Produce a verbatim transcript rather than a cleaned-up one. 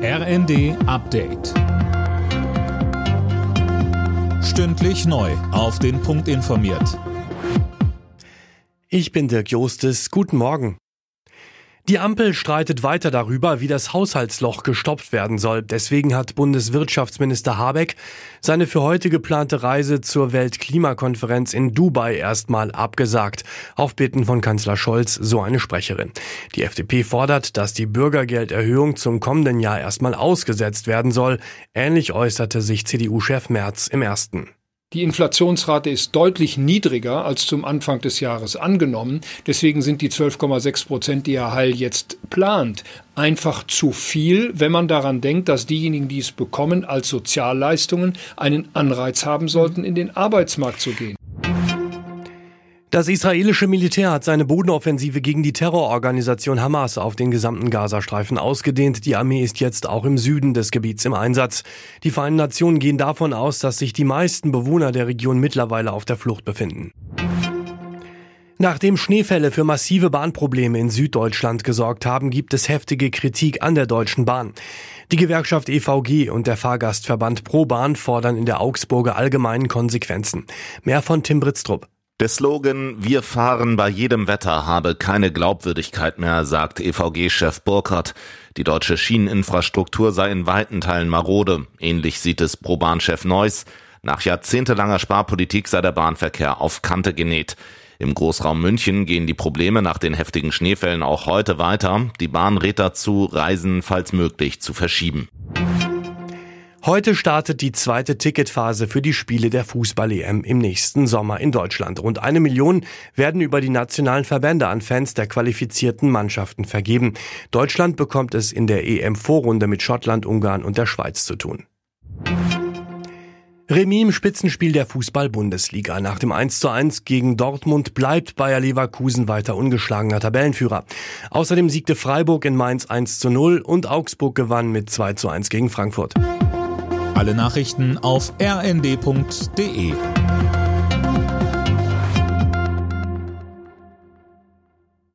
R N D Update. Stündlich neu auf den Punkt informiert. Ich bin Dirk Jostes. Guten Morgen. Die Ampel streitet weiter darüber, wie das Haushaltsloch gestopft werden soll. Deswegen hat Bundeswirtschaftsminister Habeck seine für heute geplante Reise zur Weltklimakonferenz in Dubai erstmal abgesagt. Auf Bitten von Kanzler Scholz, so eine Sprecherin. Die F D P fordert, dass die Bürgergelderhöhung zum kommenden Jahr erstmal ausgesetzt werden soll. Ähnlich äußerte sich C D U-Chef Merz im Ersten. Die Inflationsrate ist deutlich niedriger als zum Anfang des Jahres angenommen. Deswegen sind die zwölf Komma sechs Prozent, die Herr Heil jetzt plant, einfach zu viel, wenn man daran denkt, dass diejenigen, die es bekommen, als Sozialleistungen einen Anreiz haben sollten, in den Arbeitsmarkt zu gehen. Das israelische Militär hat seine Bodenoffensive gegen die Terrororganisation Hamas auf den gesamten Gazastreifen ausgedehnt. Die Armee ist jetzt auch im Süden des Gebiets im Einsatz. Die Vereinten Nationen gehen davon aus, dass sich die meisten Bewohner der Region mittlerweile auf der Flucht befinden. Nachdem Schneefälle für massive Bahnprobleme in Süddeutschland gesorgt haben, gibt es heftige Kritik an der Deutschen Bahn. Die Gewerkschaft E V G und der Fahrgastverband ProBahn fordern in der Augsburger Allgemeinen Konsequenzen. Mehr von Tim Britztrup. Der Slogan „Wir fahren bei jedem Wetter" habe keine Glaubwürdigkeit mehr, sagt E V G-Chef Burkhardt. Die deutsche Schieneninfrastruktur sei in weiten Teilen marode. Ähnlich sieht es ProBahn-Chef Neuss. Nach jahrzehntelanger Sparpolitik sei der Bahnverkehr auf Kante genäht. Im Großraum München gehen die Probleme nach den heftigen Schneefällen auch heute weiter. Die Bahn rät dazu, Reisen falls möglich zu verschieben. Heute startet die zweite Ticketphase für die Spiele der Fußball-E M im nächsten Sommer in Deutschland. Rund eine Million werden über die nationalen Verbände an Fans der qualifizierten Mannschaften vergeben. Deutschland bekommt es in der E M-Vorrunde mit Schottland, Ungarn und der Schweiz zu tun. Remis im Spitzenspiel der Fußball-Bundesliga. Nach dem eins zu eins gegen Dortmund bleibt Bayer Leverkusen weiter ungeschlagener Tabellenführer. Außerdem siegte Freiburg in Mainz eins zu null und Augsburg gewann mit zwei zu eins gegen Frankfurt. Alle Nachrichten auf r n d punkt d e.